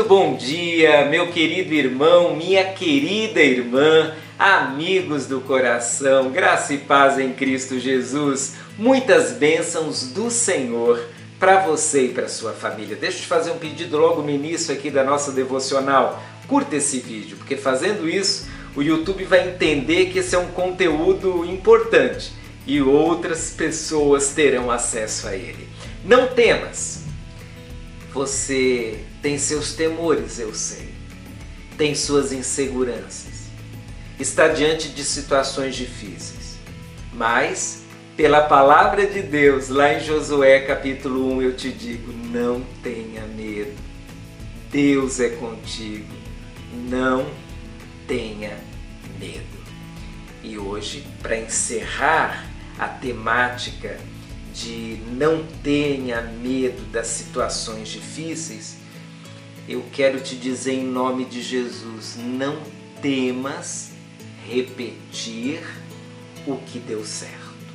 bom dia, meu querido irmão, minha querida irmã, amigos do coração, graça e paz em Cristo Jesus, muitas bênçãos do Senhor para você e para sua família. Deixa eu te fazer um pedido logo no início aqui da nossa devocional. Curta esse vídeo, porque fazendo isso, o YouTube vai entender que esse é um conteúdo importante e outras pessoas terão acesso a ele. Não temas. Você tem seus temores, eu sei. Tem suas inseguranças. Está diante de situações difíceis. Mas, pela palavra de Deus, lá em Josué capítulo 1, eu te digo, não tenha medo. Deus é contigo. Não tenha medo. E hoje, para encerrar a temática de não tenha medo das situações difíceis, eu quero te dizer em nome de Jesus, não temas repetir o que deu certo.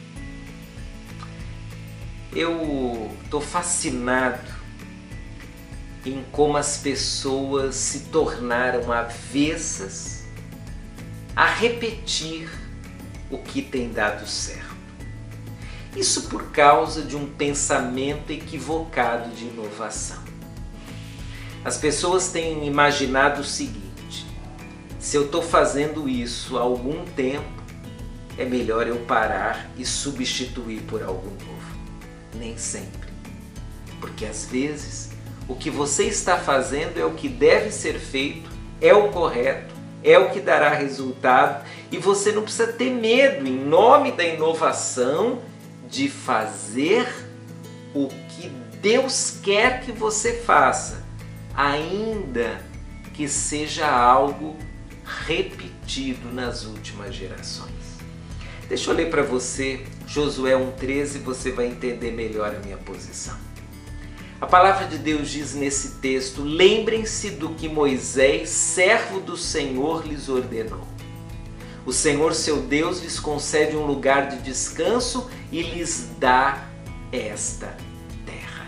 Eu estou fascinado em como as pessoas se tornaram avessas a repetir o que tem dado certo. Isso por causa de um pensamento equivocado de inovação. As pessoas têm imaginado o seguinte: se eu estou fazendo isso há algum tempo, é melhor eu parar e substituir por algo novo. Nem sempre. Porque às vezes o que você está fazendo é o que deve ser feito, é o correto, é o que dará resultado e você não precisa ter medo, em nome da inovação, de fazer o que Deus quer que você faça, ainda que seja algo repetido nas últimas gerações. Deixa eu ler para você Josué 1,13 e você vai entender melhor a minha posição. A palavra de Deus diz nesse texto: lembrem-se do que Moisés, servo do Senhor, lhes ordenou. O Senhor, seu Deus, lhes concede um lugar de descanso e lhes dá esta terra.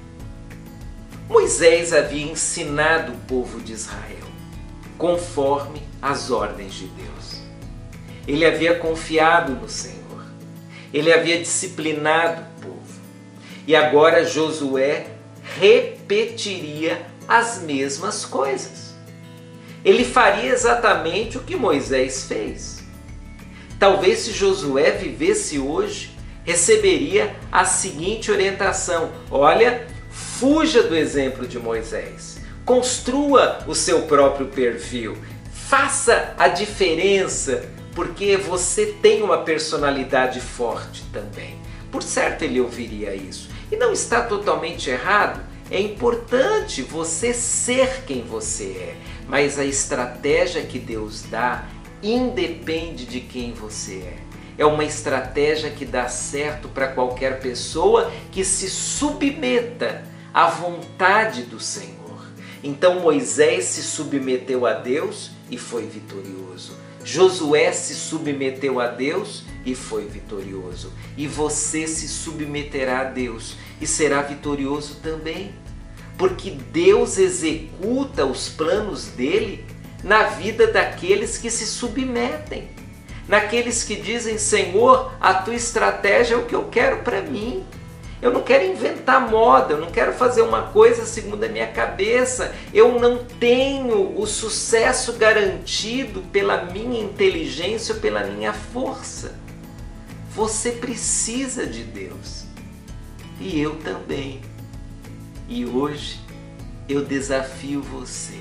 Moisés havia ensinado o povo de Israel, conforme as ordens de Deus. Ele havia confiado no Senhor. Ele havia disciplinado o povo. E agora Josué repetiria as mesmas coisas. Ele faria exatamente o que Moisés fez. Talvez se Josué vivesse hoje, receberia a seguinte orientação: olha, fuja do exemplo de Moisés, construa o seu próprio perfil, faça a diferença, porque você tem uma personalidade forte também. Por certo ele ouviria isso. E não está totalmente errado. É importante você ser quem você é, mas a estratégia que Deus dá independe de quem você é. É uma estratégia que dá certo para qualquer pessoa que se submeta à vontade do Senhor. Então Moisés se submeteu a Deus e foi vitorioso. Josué se submeteu a Deus e foi vitorioso. E você se submeterá a Deus e será vitorioso também. Porque Deus executa os planos dele na vida daqueles que se submetem. Naqueles que dizem: Senhor, a tua estratégia é o que eu quero para mim. Eu não quero inventar moda, eu não quero fazer uma coisa segundo a minha cabeça. Eu não tenho o sucesso garantido pela minha inteligência ou pela minha força. Você precisa de Deus. E eu também. E hoje eu desafio você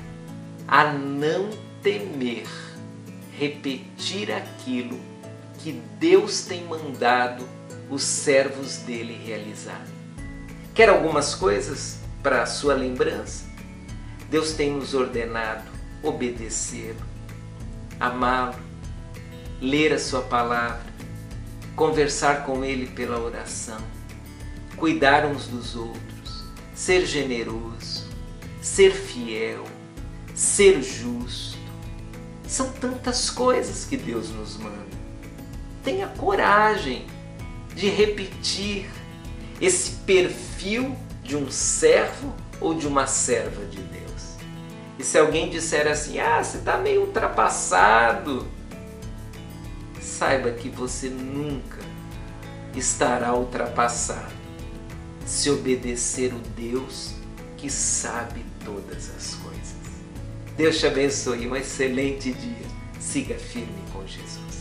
a não temer repetir aquilo que Deus tem mandado os servos dele realizar. Quer algumas coisas para a sua lembrança? Deus tem nos ordenado obedecê-lo, amá-lo, ler a sua palavra, conversar com ele pela oração, cuidar uns dos outros, ser generoso, ser fiel, ser justo. São tantas coisas que Deus nos manda. Tenha coragem de repetir esse perfil de um servo ou de uma serva de Deus. E se alguém disser assim, você está meio ultrapassado, saiba que você nunca estará ultrapassado se obedecer o Deus que sabe todas as coisas. Deus te abençoe, um excelente dia. Siga firme com Jesus.